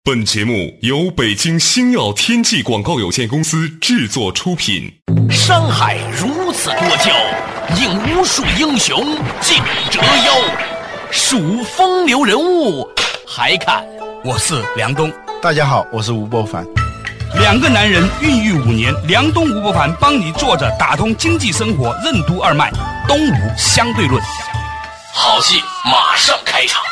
本节目由北京星耀天际广告有限公司制作出品。 山海如此多娇，引无数英雄竞折腰。数风流人物，还看我是梁冬。 大家好，我是吴伯凡。 两个男人孕育5年，梁冬、吴伯凡帮你做着打通经济生活任督二脉，东吴相对论。 好戏马上开场。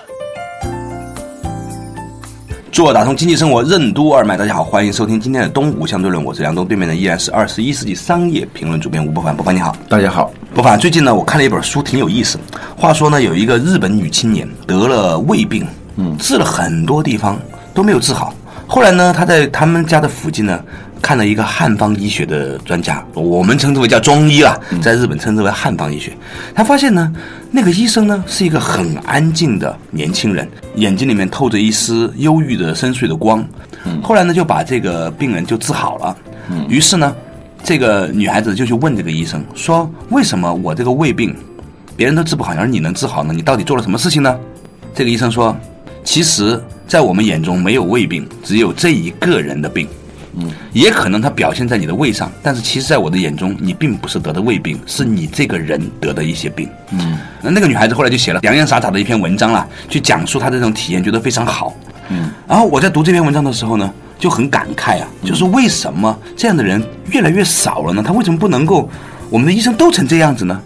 做打通经济生活任督二脉，大家好，欢迎收听今天的东吴相对论，我是梁冬，对面的依然是21世纪商业评论主编吴伯凡。伯凡你好。 大家好。 伯凡，最近呢我看了一本书挺有意思，话说呢有一个日本女青年得了胃病，治了很多地方都没有治好，后来呢她在他们家的附近呢看了一个汉方医学的专家，我们称之为叫中医啦，在日本称之为汉方医学。他发现呢那个医生呢是一个很安静的年轻人，眼睛里面透着一丝忧郁的深邃的光。后来呢就把这个病人就治好了。于是呢这个女孩子就去问这个医生说，为什么我这个胃病别人都治不好，而你能治好呢？你到底做了什么事情呢？这个医生说，其实在我们眼中没有胃病，只有这一个人的病。也可能它表现在你的胃上，但是其实在我的眼中你并不是得的胃病，是你这个人得的一些病。那个女孩子后来就写了洋洋洒洒的一篇文章啦，去讲述她这种体验，觉得非常好。然后我在读这篇文章的时候呢就很感慨啊，就是为什么这样的人越来越少了呢？他为什么不能够我们的医生都成这样子呢？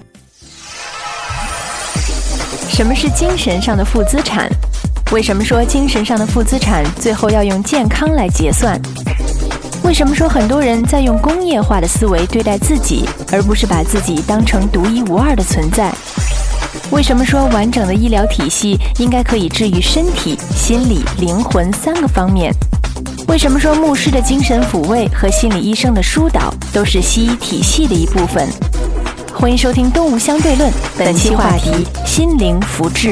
什么是精神上的负资产？为什么说精神上的负资产最后要用健康来结算？为什么说很多人在用工业化的思维对待自己，而不是把自己当成独一无二的存在？为什么说完整的医疗体系应该可以治愈身体、心理、灵魂3个方面？为什么说牧师的精神抚慰和心理医生的疏导都是西医体系的一部分？欢迎收听东吴相对论，本期话题：心灵福祉。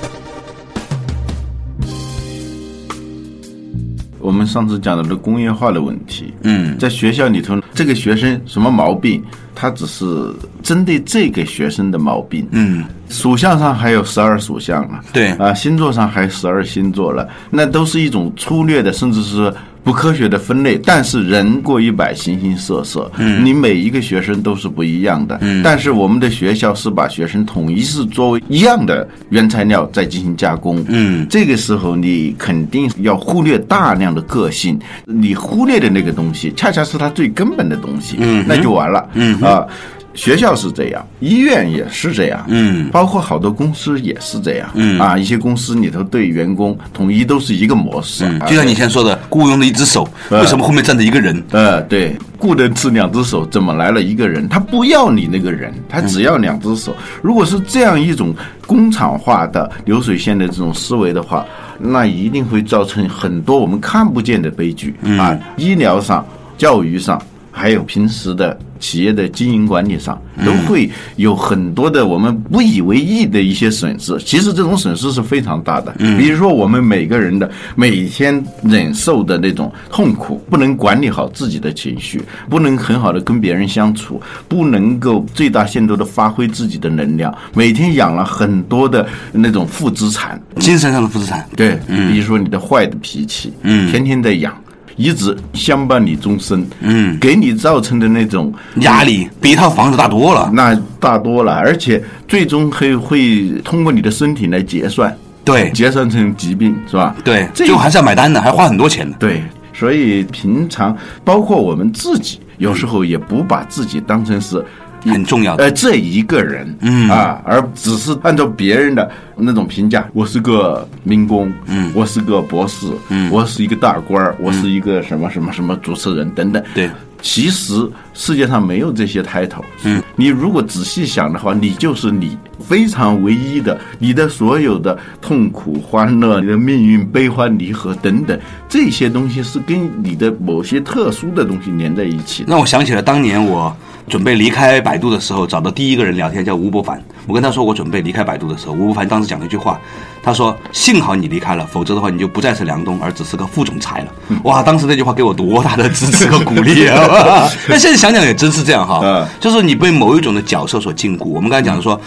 我们上次讲到的工业化的问题，在学校里头，这个学生什么毛病，他只是针对这个学生的毛病。属相上还有12属相了，对啊，星座上还有12星座了，那都是一种粗略的，甚至是不科学的分类。但是人过100，形形色色，你每一个学生都是不一样的。但是我们的学校是把学生统一是作为一样的原材料再进行加工。这个时候你肯定要忽略大量的个性，你忽略的那个东西，恰恰是它最根本的东西，那就完了。学校是这样，医院也是这样，包括好多公司也是这样，一些公司里头对员工统一都是一个模式， 就像你以前说的，雇佣的一只手，为什么后面站着一个人？ 对，雇的是2只手，怎么来了一个人？他不要你那个人，他只要2只手。如果是这样一种工厂化的流水线的这种思维的话，那一定会造成很多我们看不见的悲剧医疗上、教育上，还有平时的企业的经营管理上，都会有很多的我们不以为意的一些损失。其实这种损失是非常大的。比如说我们每个人的每天忍受的那种痛苦，不能管理好自己的情绪，不能很好的跟别人相处，不能够最大限度的发挥自己的能量，每天养了很多的那种负资产， 精神上的负资产。 对，比如说你的坏的脾气，天天在养，一直相伴你终身，给你造成的那种压力比一套房子大多了， 那大多了，而且最终会通过你的身体来结算， 对， 结算成疾病，是吧？ 对，就还是要买单的，还花很多钱的。 对，所以平常包括我们自己，有时候也不把自己当成是很重要的这一个人，而只是按照别人的那种评价，我是个民工，我是个博士，我是一个大官，我是一个什么什么什么主持人等等。 对， 其实世界上没有这些title。你如果仔细想的话，你就是你，非常唯一的，你的所有的痛苦、欢乐、你的命运、悲欢离合等等，这些东西是跟你的某些特殊的东西连在一起的。 让我想起了当年我准备离开百度的时候，找到第一个人聊天叫吴伯凡。我跟他说我准备离开百度的时候，吴伯凡当时讲了一句话，他说幸好你离开了，否则的话你就不再是梁冬，而只是个副总裁了。哇，当时那句话给我多大的支持和鼓励啊！那现在想想也真是这样哈，就是你被某一种的角色所禁锢。我们刚才讲的说工业化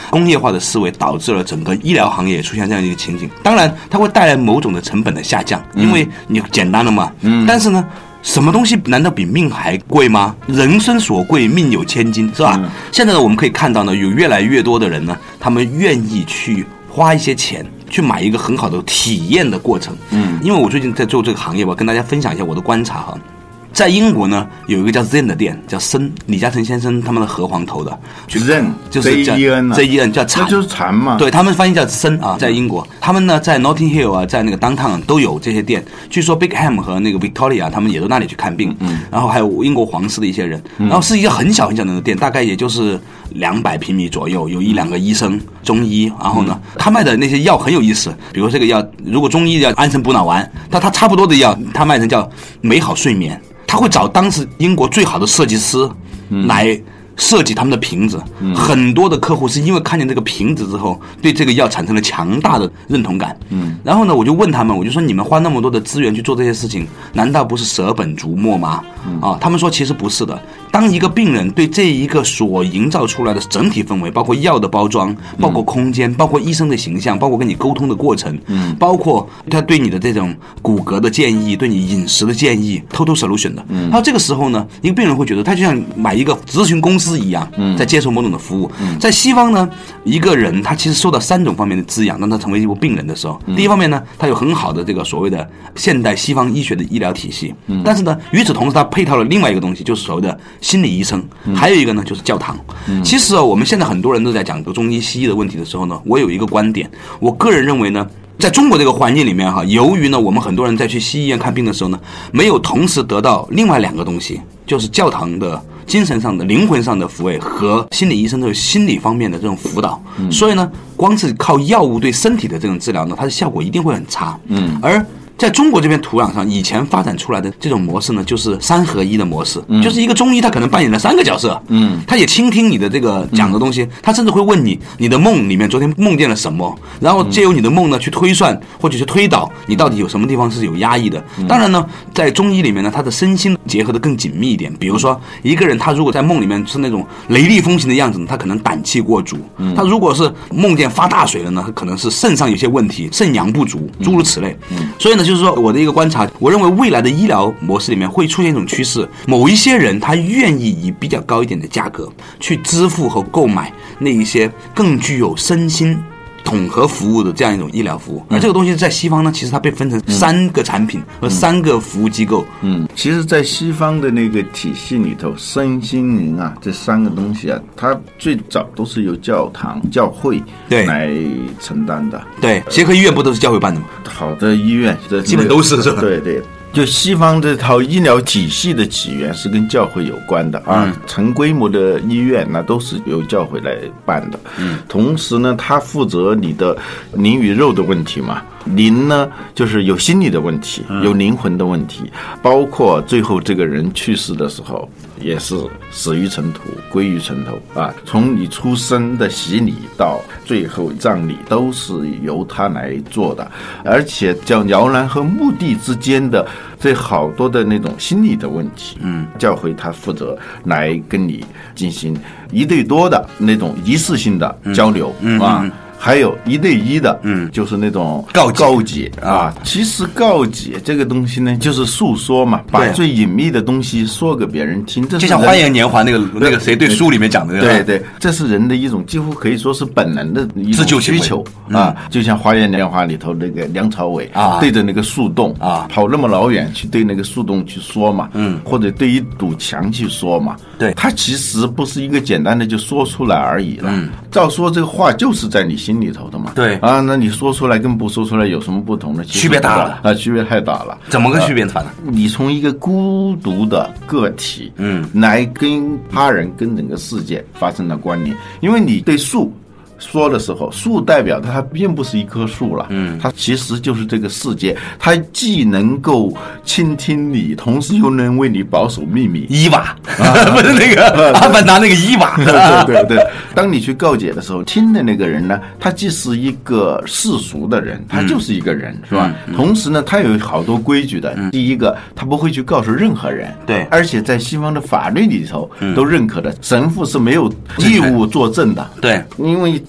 化的思维导致了整个医疗行业出现这样一个情景。当然它会带来某种的成本的下降，因为你简单了嘛。但是呢，什么东西难道比命还贵吗？人生所贵，命有千金，是吧？现在呢，我们可以看到呢，有越来越多的人呢，他们愿意去花一些钱去买一个很好的体验的过程。因为我最近在做这个行业，我跟大家分享一下我的观察哈。在英国呢，有一个叫 Zen 的店，叫参，李嘉诚先生他们的和黄投的。 Zen 就是叫 Zen 叫禅， 那就是禅嘛。 对，他们翻译叫参啊，在英国，他们呢在 Notting Hill 啊，在那个 Downtown 都有这些店。据说 Beckham 和那个 Victoria 他们也都那里去看病，然后还有英国皇室的一些人，然后是一个很小很小的店，大概也就是200平米左右，有1-2个医生、中医。然后呢，他卖的那些药很有意思，比如这个药，如果中医叫安神补脑丸，他差不多的药，他卖成叫美好睡眠。他会找当时英国最好的设计师来设计他们的瓶子。很多的客户是因为看见这个瓶子之后，对这个药产生了强大的认同感。然后呢，我就问他们，我就说你们花那么多的资源去做这些事情，难道不是舍本逐末吗？他们说其实不是的。当一个病人对这一个所营造出来的整体氛围，包括药的包装，包括空间，包括医生的形象，包括跟你沟通的过程，包括他对你的这种骨骼的建议，对你饮食的建议，total solution 的。然后这个时候呢，一个病人会觉得他就像买一个咨询公司一样，在接受某种的服务。在西方呢，一个人他其实受到3种方面的滋养，当他成为一个病人的时候，第一方面呢，他有很好的这个所谓的现代西方医学的医疗体系，但是呢，与此同时他配套了另外一个东西，就是所谓的心理医生，还有一个呢就是教堂。其实我们现在很多人都在讲中医西医的问题的时候呢，我有一个观点，我个人认为呢，在中国这个环境里面哈，由于呢我们很多人在去西医院看病的时候呢，没有同时得到另外2个东西，就是教堂的精神上的、灵魂上的抚慰和心理医生的心理方面的这种辅导。所以呢，光是靠药物对身体的这种治疗呢，它的效果一定会很差。而在中国这边土壤上，以前发展出来的这种模式呢，就是3合1的模式，就是一个中医他可能扮演了3个角色，他也倾听你的这个讲的东西，他甚至会问你的梦里面昨天梦见了什么，然后借由你的梦呢去推算或者是推导你到底有什么地方是有压抑的。当然呢，在中医里面呢，他的身心结合的更紧密一点。比如说一个人他如果在梦里面是那种雷厉风行的样子，他可能胆气过足；他如果是梦见发大水了呢，他可能是肾上有些问题，肾阳不足，诸如此类。所以呢，就是说我的一个观察，我认为未来的医疗模式里面会出现一种趋势，某一些人他愿意以比较高一点的价格去支付和购买那一些更具有身心统合服务的这样一种医疗服务。而这个东西在西方呢，其实它被分成3个产品和3个服务机构。 其实在西方的那个体系里头，身心灵啊这3个东西啊，它最早都是由教堂教会来承担的。 对，协和医院不都是教会办的吗？ 好的医院基本都是吧？ 对对，就西方这套医疗体系的起源是跟教会有关的啊，成规模的医院那都是由教会来办的。同时呢，他负责你的灵与肉的问题嘛。灵呢，就是有心理的问题，有灵魂的问题，包括最后这个人去世的时候，也是死于尘土，归于尘土啊。从你出生的洗礼到最后葬礼，都是由他来做的。而且叫摇篮和墓地之间的这好多的那种心理的问题，教会他负责来跟你进行1对多的那种仪式性的交流啊。还有1对1的，就是那种告解啊。其实告解这个东西呢，就是诉说嘛，把最隐秘的东西说给别人听。这就像《花样年华》那个谁对书里面讲的， 对对，这是人的一种几乎可以说是本能的一种需求啊。就像《花样年华》里头那个梁朝伟对着那个树洞跑那么老远去对那个树洞去说嘛，或者对一堵墙去说嘛。 对， 他其实不是一个简单的就说出来而已了。照说这个话就是在你心里头的嘛。 对啊，那你说出来跟不说出来有什么不同呢？ 区别大了啊，区别太大了。 怎么个区别法呢？ 你从一个孤独的个体，来跟他人跟整个世界发生了关联，因为你对树说的时候，树代表它并不是一棵树了，它其实就是这个世界，它既能够倾听你，同时又能为你保守秘密。 伊娃不是那个阿凡达那个伊娃。 对对对，当你去告解的时候，听的那个人呢，他既是一个世俗的人，他就是一个人，是吧？同时呢，他有好多规矩的。第一个，他不会去告诉任何人， 对， 而且在西方的法律里头都认可的，神父是没有义务作证的， 对， 因为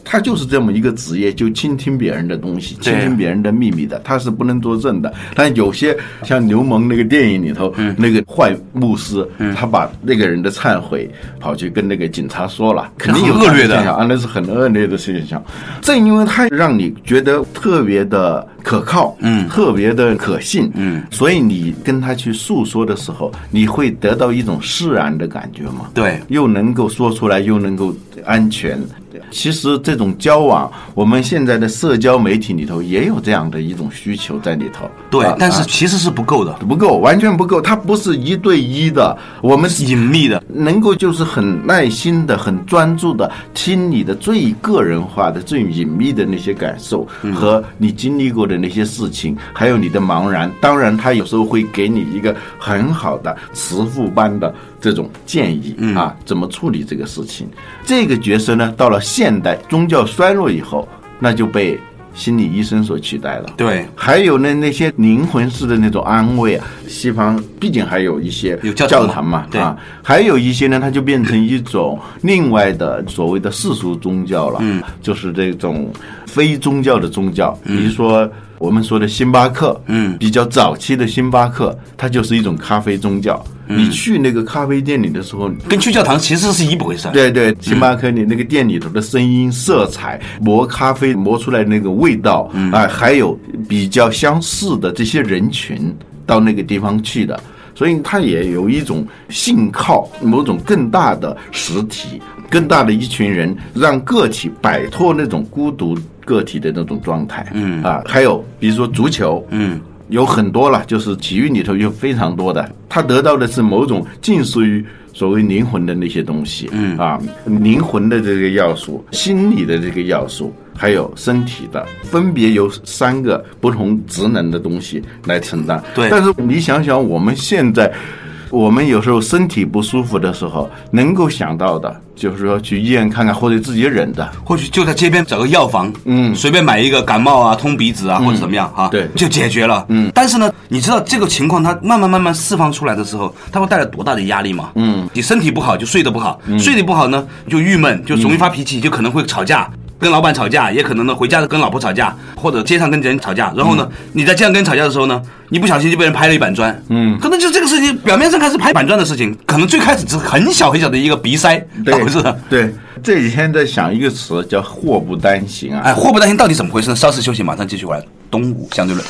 他就是这么一个职业，就倾听别人的东西，倾听别人的秘密的，他是不能作证的。但有些像刘蒙那个电影里头，那个坏牧师，他把那个人的忏悔跑去跟那个警察说了，肯定有恶劣的啊，那是很恶劣的现象。正因为他让你觉得特别的可靠，特别的可信，所以你跟他去诉说的时候，你会得到一种释然的感觉嘛？ 对， 又能够说出来，又能够安全。其实这种交往，我们现在的社交媒体里头也有这样的一种需求在里头。 对，但是其实是不够的， 不够，完全不够。它不是1对1的，我们是隐秘的， 能够就是很耐心的、很专注的听你的最个人化的、最隐秘的那些感受和你经历过的那些事情，还有你的茫然。当然，他有时候会给你一个很好的慈父般的这种建议啊，怎么处理这个事情。这个角色呢，到了现代宗教衰落以后，那就被心理医生所取代了。 对， 还有呢那些灵魂式的那种安慰啊，西方毕竟还有一些有教堂嘛， 对啊，还有一些呢，它就变成一种另外的所谓的世俗宗教了，就是这种非宗教的宗教，比如说我们说的星巴克，比较早期的星巴克，它就是一种咖啡宗教。你去那个咖啡店里的时候， 跟去教堂其实是一回事。 对对，星巴克你那个店里头的声音、色彩、磨咖啡磨出来的那个味道啊，还有比较相似的这些人群到那个地方去的，所以它也有一种信靠某种更大的实体、更大的一群人，让个体摆脱那种孤独个体的那种状态。还有比如说足球，有很多了，就是体育里头有非常多的，他得到的是某种近似于所谓灵魂的那些东西，灵魂的这个要素，心理的这个要素，还有身体的，分别由3个不同职能的东西来承担。 对， 但是你想想，我们现在，我们有时候身体不舒服的时候，能够想到的就是说去医院看看，或者自己忍的， 或许就在街边找个药房，随便买一个感冒啊、通鼻子啊，或者怎么样啊， 对， 就解决了。但是呢，你知道这个情况它慢慢释放出来的时候，它会带来多大的压力吗？你身体不好就睡得不好，睡得不好呢就郁闷，就容易发脾气，就可能会吵架。跟老板吵架，也可能呢回家跟老婆吵架，或者街上跟人吵架，然后呢，你在这样跟人吵架的时候呢，你不小心就被人拍了一板砖，可能就这个事情表面上看是拍板砖的事情，可能最开始只是很小很小的一个鼻塞导致的。 对，这几天在想一个词叫祸不单行啊。 哎，祸不单行到底怎么回事呢？稍事休息，马上继续回来。东吴相对论。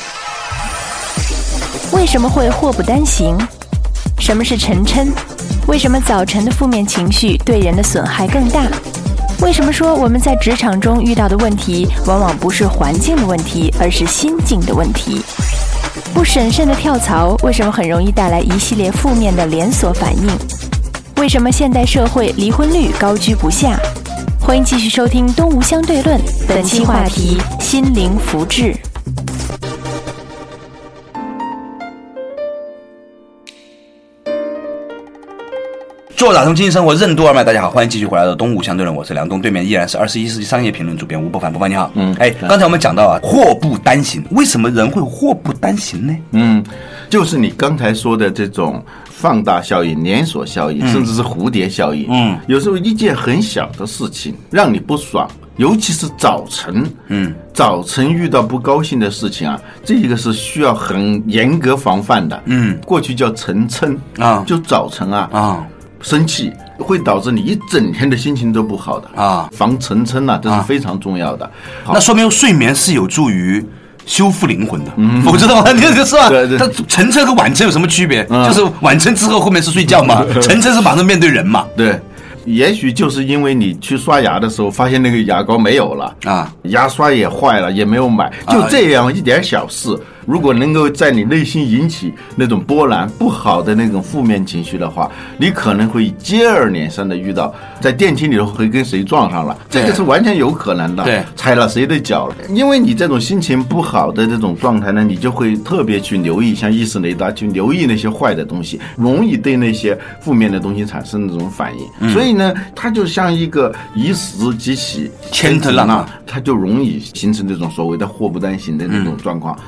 为什么会祸不单行？什么是晨琛？为什么早晨的负面情绪对人的损害更大？为什么说我们在职场中遇到的问题往往不是环境的问题，而是心境的问题？不审慎的跳槽为什么很容易带来一系列负面的连锁反应？为什么现代社会离婚率高居不下？欢迎继续收听《东吴相对论》，本期话题：心灵福祉。 做打通经济生活任督二脉，大家好，欢迎继续回来的东吴相对论，我是梁东，对面依然是21世纪商业评论主编吴伯凡，伯凡你好。刚才我们讲到啊，祸不单行，为什么人会祸不单行呢？ 就是你刚才说的这种放大效应、连锁效应，甚至是蝴蝶效应。有时候一件很小的事情让你不爽，尤其是早晨，早晨遇到不高兴的事情啊，这个是需要很严格防范的。过去叫晨琛啊，就早晨啊。生气会导致你一整天的心情都不好的啊，防晨琛啊，这是非常重要的。 那说明睡眠是有助于修复灵魂的，否则的话，这个是吧？对，它晨琛和晚晨有什么区别？就是晚晨之后后面是睡觉嘛，晨琛是马上面对人嘛。 对，也许就是因为你去刷牙的时候发现那个牙膏没有了啊，牙刷也坏了，也没有买，就这样一点小事。如果能够在你内心引起那种波澜、不好的那种负面情绪的话，你可能会接二连三的遇到，在电梯里头会跟谁撞上了，这个是完全有可能的。对，踩了谁的脚了，因为你这种心情不好的这种状态呢，你就会特别去留意，像意识雷达去留意那些坏的东西，容易对那些负面的东西产生那种反应。所以呢，它就像一个一石激起千层浪，它就容易形成这种所谓的祸不单行的那种状况。这是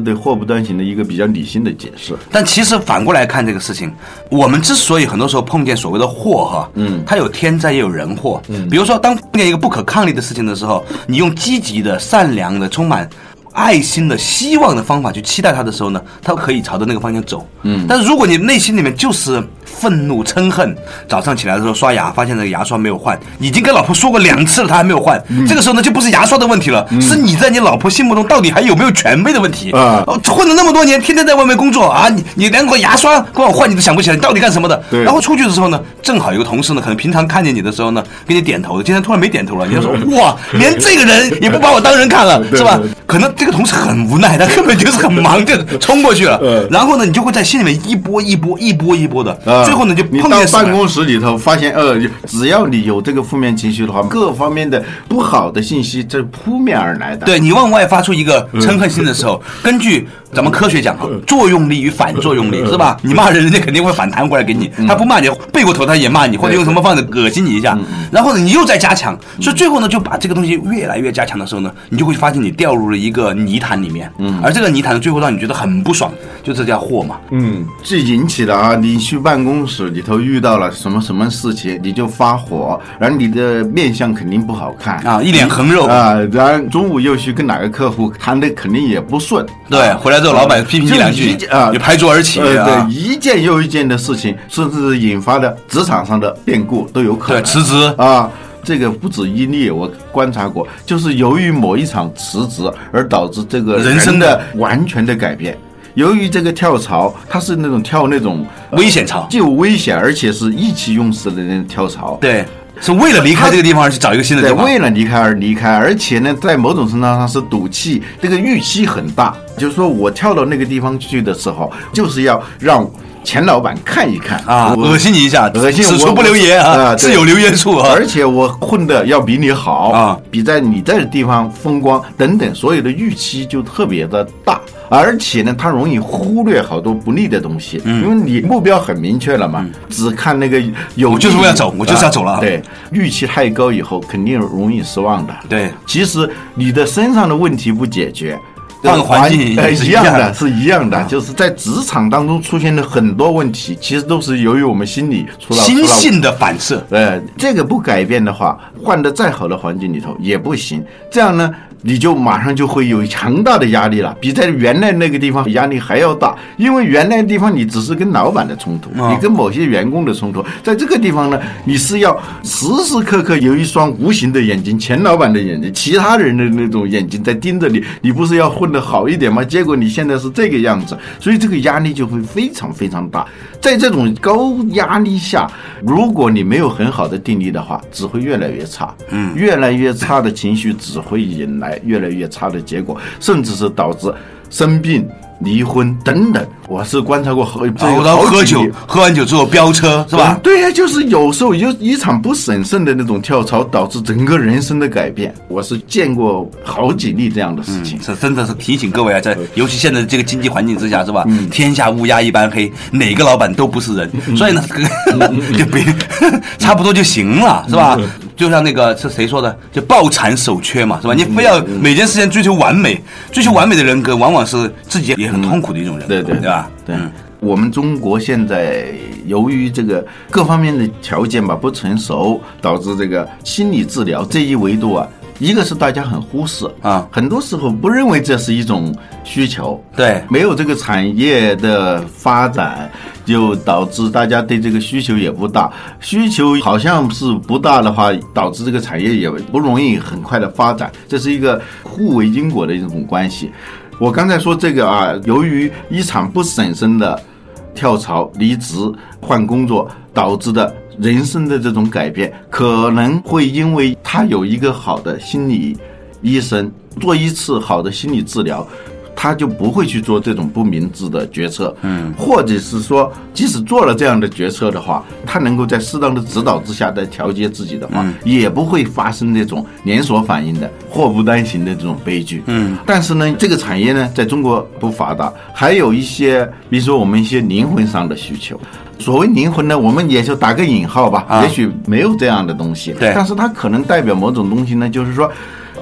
对祸不单行的一个比较理性的解释。 但其实反过来看这个事情，我们之所以很多时候碰见所谓的祸哈，它有天灾也有人祸。比如说当碰见一个不可抗力的事情的时候，你用积极的、善良的、充满爱心的、希望的方法去期待它的时候呢，它可以朝着那个方向走。但是如果你内心里面就是愤怒、嗔恨，早上起来的时候刷牙，发现那个牙刷没有换，已经跟老婆说过2次了，她还没有换，这个时候呢就不是牙刷的问题了，是你在你老婆心目中到底还有没有权威的问题混了那么多年，天天在外面工作啊，你连个牙刷帮我换你都想不起来，你到底干什么的？然后出去的时候呢，正好有个同事呢，可能平常看见你的时候呢，给你点头的，今天突然没点头了，你就说哇，连这个人也不把我当人看了，是吧？可能这个同事很无奈，他根本就是很忙，就冲过去了。然后呢，你就会在心里面一波一波的，最后呢就碰见你到办公室里头发现，只要你有这个负面情绪的话，各方面的不好的信息这扑面而来的。 对，你往外发出一个嗔恨心的时候，根据咱们科学讲，作用力与反作用力是吧？你骂人，人家肯定会反弹回来给你，他不骂你，背过头他也骂你，或者用什么方式恶心你一下，然后呢，你又在加强，所以最后呢，就把这个东西越来越加强的时候呢，你就会发现你掉入了一个泥潭里面，而这个泥潭最后让你觉得很不爽，就这叫祸嘛。 最引起的啊，你去办公室里头遇到了什么事情，你就发火，然后你的面相肯定不好看啊，一脸横肉啊，然后中午又去跟哪个客户谈的肯定也不顺， 对，回来之后老板批评你2句啊，你拍桌而起对，一件又一件的事情，甚至引发的职场上的变故都有可能， 对，辞职啊。这个不止一例，我观察过，就是由于某一场辞职而导致这个人生的完全的改变。由于这个跳槽，它是那种跳那种危险槽， 既有危险，而且是意气用事的那种跳槽。 对，是为了离开这个地方而去找一个新的地方。 对，为了离开而离开，而且呢，在某种程度上是赌气，这个预期很大。就是说我跳到那个地方去的时候，就是要让前老板看一看啊，恶心你一下， 恶心此处不留爷啊，自有留爷处啊。 而且我混的要比你好啊，比在你这个地方风光等等，所有的预期就特别的大。而且呢，他容易忽略好多不利的东西，因为你目标很明确了嘛，只看那个我就是为了走，我就是要走了。 对，预期太高以后，肯定容易失望的。 对， 其实你的身上的问题不解决， 换个环境一样的，是一样的，就是在职场当中出现的很多问题，其实都是由于我们心理心性的反射。 这个不改变的话，换得再好的环境里头也不行。这样呢，你就马上就会有强大的压力了，比在原来那个地方压力还要大。因为原来的地方你只是跟老板的冲突，你跟某些员工的冲突，在这个地方呢，你是要时时刻刻有一双无形的眼睛，前老板的眼睛，其他人的那种眼睛在盯着你，你不是要混得好一点吗？结果你现在是这个样子，所以这个压力就会非常非常大。在这种高压力下，如果你没有很好的定力的话，只会越来越差。越来越差的情绪只会引来越来越差的结果，甚至是导致生病、离婚等等。我是观察过喝酒，喝完酒之后飙车是吧？ 对呀，就是有时候有一场不审慎的那种跳槽，导致整个人生的改变。我是见过好几例这样的事情。 这真的是提醒各位啊，在尤其现在这个经济环境之下是吧？天下乌鸦一般黑，哪个老板都不是人，所以呢，就别差不多就行了是吧？就像那个是谁说的，就抱残守缺嘛是吧？你非要每件事情追求完美，追求完美的人格，往往是自己也很痛苦的一种人。 对吧？对，我们中国现在由于这个各方面的条件吧不成熟，导致这个心理治疗这一维度啊，一个是大家很忽视啊，很多时候不认为这是一种需求， 对， 没有这个产业的发展，就导致大家对这个需求也不大，需求好像是不大的话，导致这个产业也不容易很快的发展，这是一个互为因果的一种关系。我刚才说这个啊，由于一场不审慎的跳槽、离职、换工作导致的人生的这种改变，可能会因为他有一个好的心理医生，做一次好的心理治疗，他就不会去做这种不明智的决策。或者是说即使做了这样的决策的话，他能够在适当的指导之下再调节自己的话，也不会发生那种连锁反应的祸不单行的这种悲剧。但是呢，这个产业呢在中国不发达，还有一些比如说我们一些灵魂上的需求。所谓灵魂呢，我们也就打个引号吧，也许没有这样的东西，但是它可能代表某种东西呢，就是说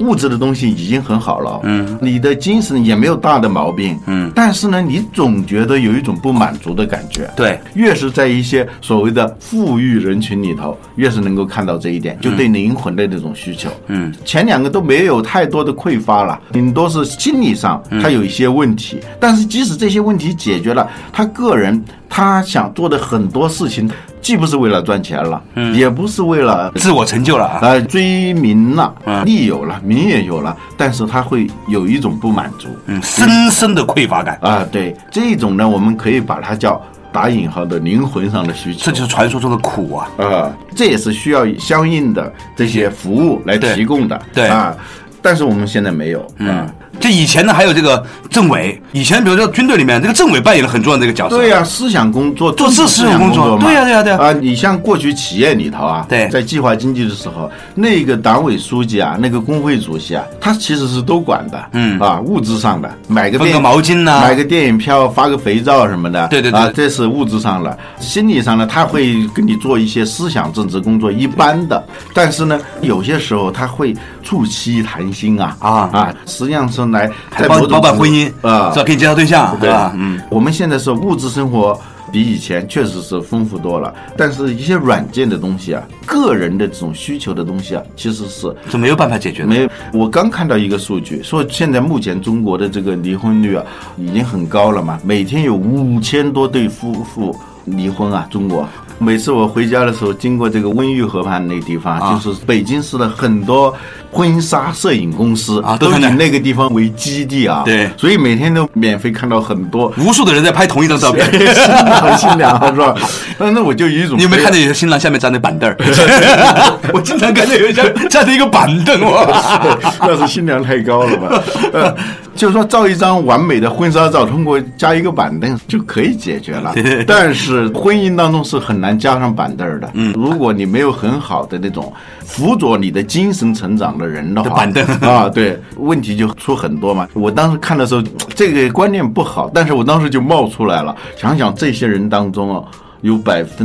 物质的东西已经很好了，你的精神也没有大的毛病，但是呢，你总觉得有一种不满足的感觉。 对， 越是在一些所谓的富裕人群里头，越是能够看到这一点，就对灵魂的这种需求。前两个都没有太多的匮乏了，顶多是心理上他有一些问题，但是即使这些问题解决了，他个人他想做的很多事情，既不是为了赚钱了，也不是为了自我成就了追名了，利有了，名也有了，但是他会有一种不满足， 深深的匮乏感啊。对，这种呢，我们可以把它叫打引号的灵魂上的需求， 这就是传说中的苦啊。 这也是需要相应的这些服务来提供的。 对啊， 但是我们现在没有就以前呢，还有这个政委，以前比如说军队里面，这个政委扮演了很重要的这个角色。 对呀，思想工作， 做思想工作嘛。对呀。 你像过去企业里头对， 在计划经济的时候，那个党委书记那个工会主席他其实是都管的。物质上的，买个分个毛巾呐， 买个电影票，发个肥皂什么的。 对。 这是物质上的。心理上呢，他会跟你做一些思想政治工作，一般的。但是呢，有些时候他会促膝谈心实际上是来还包办婚姻是吧？给你介绍对象，对吧？ 我们现在是物质生活比以前确实是丰富多了，但是一些软件的东西个人的这种需求的东西其实是没有办法解决的。 没有，我刚看到一个数据，说现在目前中国的这个离婚率已经很高了嘛，每天有5000多对夫妇离婚中国。每次我回家的时候，经过这个温榆河畔那个地方，就是北京市的很多婚纱摄影公司都以那个地方为基地对， 所以每天都免费看到很多无数的人在拍同一张照片， 新娘是吧？那我就有一种， 你有没有看到有些新郎下面站的板凳？我经常看到有人站着一个板凳， 那是新娘太高了吧？就是说照一张完美的婚纱照，通过加一个板凳就可以解决了。但是婚姻当中是很难加上板凳的。如果你没有很好的那种辅佐你的精神成长的人的话， 板凳对，问题就出很多嘛。我当时看的时候，这个观念不好，但是我当时就冒出来了，想想这些人当中有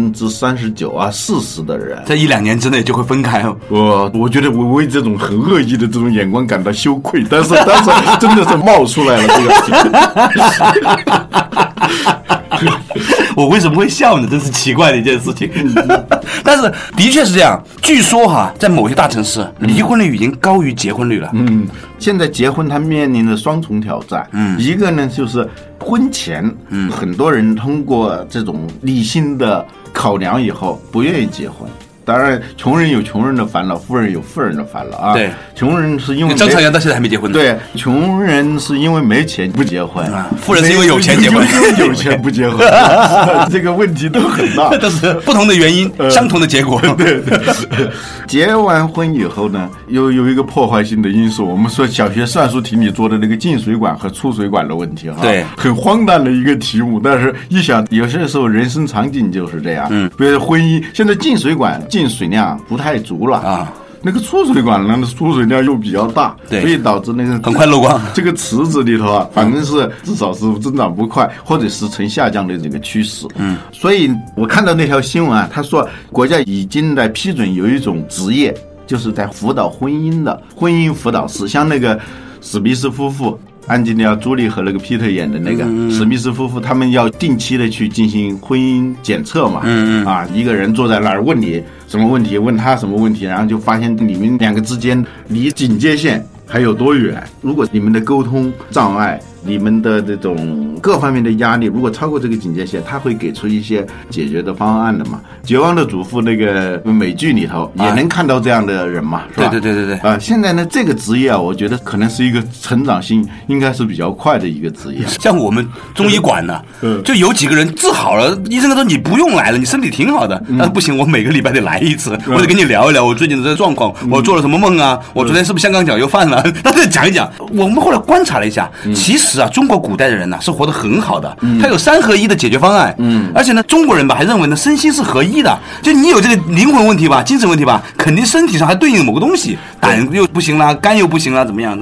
39%、40%的人在1-2年之内就会分开。 我觉得我为这种很恶意的这种眼光感到羞愧，但是真的是冒出来了这个。 我为什么会笑呢？真是奇怪的一件事情。但是的确是这样，据说在某些大城市，离婚率已经高于结婚率了。 现在结婚它面临着双重挑战。一个呢就是婚前，很多人通过这种理性的考量以后不愿意结婚。当然，穷人有穷人的烦恼，富人有富人的烦恼对， 穷人是因为张朝阳到现在还没结婚呢。 对，穷人是因为没钱不结婚， 富人是因为有钱结婚， 有钱不结婚，这个问题都很大， 都是不同的原因，相同的结果。 对。结完婚以后呢，有一个破坏性的因素，我们说小学算术题里做的那个进水管和出水管的问题对， 很荒诞的一个题目，但是一想，有些时候人生场景就是这样。比如婚姻，现在进水管进水量不太足了那个出水管呢，出水量又比较大， 对， 所以导致那个很快漏光。 这个池子里头反正是至少是增长不快，或者是呈下降的这个趋势。所以我看到那条新闻他说国家已经在批准有一种职业，就是在辅导婚姻的婚姻辅导师，像那个史密斯夫妇。安吉丽亚·朱莉和那个皮特演的那个史密斯夫妇，他们要定期的去进行婚姻检测嘛。一个人坐在那儿问你什么问题，问他什么问题，然后就发现你们两个之间离警戒线还有多远。如果你们的沟通障碍，你们的这种各方面的压力如果超过这个警戒线，他会给出一些解决的方案的嘛。绝望的主妇那个美剧里头也能看到这样的人嘛，是吧？ 对。 现在呢，这个职业我觉得可能是一个成长性应该是比较快的一个职业。 像我们中医馆呢，就有几个人治好了，医生说你不用来了，你身体挺好的。但不行，我每个礼拜得来一次，我得跟你聊一聊我最近的这个状况，我做了什么梦啊，我昨天是不是香港脚又犯了？他得讲一讲。我们后来观察了一下，其实中国古代的人呢是活得很好的，他有3合1的解决方案。而且呢，中国人吧还认为呢身心是合一的，就你有这个灵魂问题吧，精神问题吧，肯定身体上还对应某个东西，胆又不行啦，肝又不行啦，怎么样，对吧？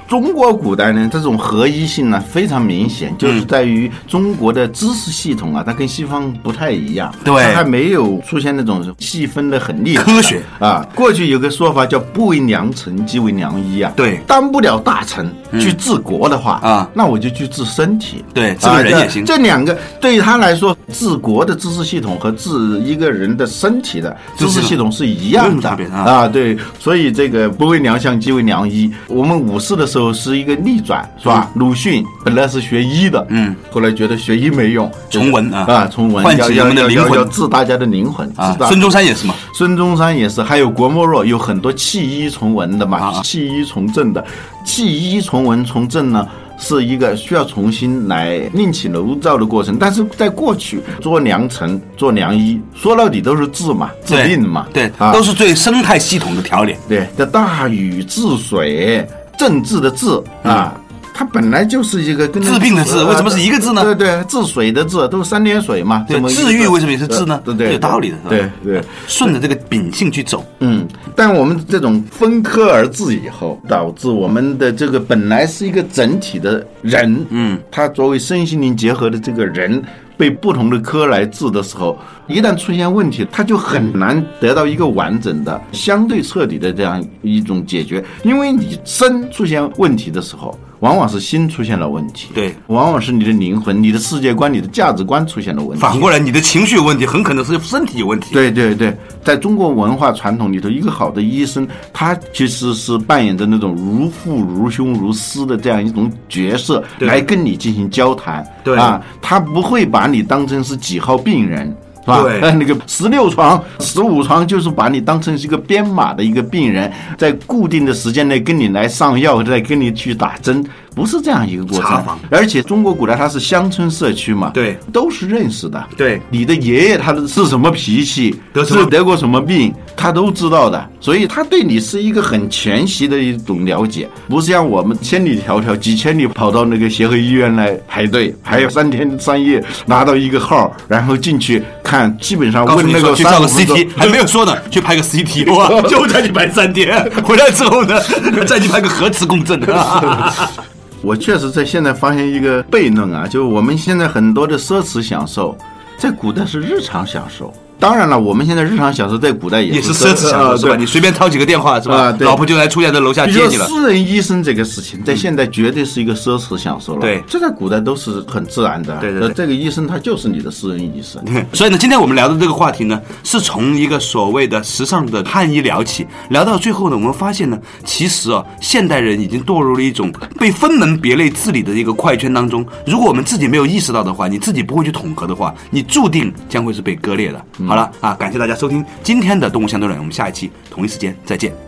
中国古代呢，这种合一性呢非常明显，就是在于中国的知识系统啊，它跟西方不太一样， 对， 它还没有出现那种细分的很厉害科学啊。过去有个说法叫不为良臣，即为良医啊。 对， 当不了大臣去治国的话啊，那我就去治身体。 对，治个人也行。 这两个对于他来说，治国的知识系统和治一个人的身体的知识系统是一样的啊。对，所以这个不为良相，即为良医。我们武士的时候是一个逆转，是吧？鲁迅本来是学医的，后来觉得学医没用， 从文从文唤起人们的灵魂， 要治大家的灵魂啊。孙中山也是嘛， 孙中山也是，还有郭沫若，有很多弃医从文的嘛，弃医从政的，弃医从文从政呢。是一个需要重新来另起炉灶的过程，但是在过去做良臣、做良医，说到底都是治嘛，治病嘛， 对，都是对生态系统的调理。 对，这大禹治水，政治的治啊。它本来就是一个跟治病的治，为什么是一个字呢？ 对对，治水的治都是三点水嘛。 对，治愈为什么也是治呢？ 对， 有道理的。 对对， 顺着这个秉性去走。 但我们这种分科而治以后，导致我们的这个本来是一个整体的人，他作为身心灵结合的这个人，被不同的科来治的时候，一旦出现问题，他就很难得到一个完整的、相对彻底的这样一种解决。因为你身出现问题的时候，往往是心出现了问题， 对， 往往是你的灵魂、你的世界观、你的价值观出现了问题。 反过来，你的情绪有问题，很可能是身体有问题。 对对对，在中国文化传统里头，一个好的医生，他其实是扮演着那种如父如兄如师的这样一种角色，来跟你进行交谈。 对啊，他不会把你当成是几号病人。是吧？ 对， 那个16床、15床，就是把你当成是一个编码的一个病人，在固定的时间内跟你来上药，再跟你去打针，不是这样一个过程。而且中国古代它是乡村社区嘛， 对， 都是认识的。 对， 你的爷爷他是什么脾气，是得过什么病，他都知道的，所以他对你是一个很全息的一种了解，不是像我们千里迢迢几千里跑到那个协和医院来排队，还有3天3夜拿到一个号，然后进去看。基本上问那个去照个 CT， 还没有说呢，去拍个 CT， 哇，就在你排3天，回来之后呢，再去拍个核磁共振。 我确实在现在发现一个悖论啊，就是我们现在很多的奢侈享受，在古代是日常享受。当然了，我们现在日常享受在古代也是奢侈享受，是吧？你随便掏几个电话，是吧？老婆就来出现在楼下接你了。 私人医生这个事情，在现在绝对是一个奢侈享受了。 对， 这在古代都是很自然的。 对对对， 这个医生他就是你的私人医生。 对，所以呢，今天我们聊的这个话题呢，是从一个所谓的时尚的汉医聊起，聊到最后呢，我们发现呢，其实现代人已经堕入了一种被分门别类治理的一个怪圈当中。如果我们自己没有意识到的话，你自己不会去统合的话，你注定将会是被割裂的。好了啊，感谢大家收听今天的动物相对论，我们下一期同一时间再见。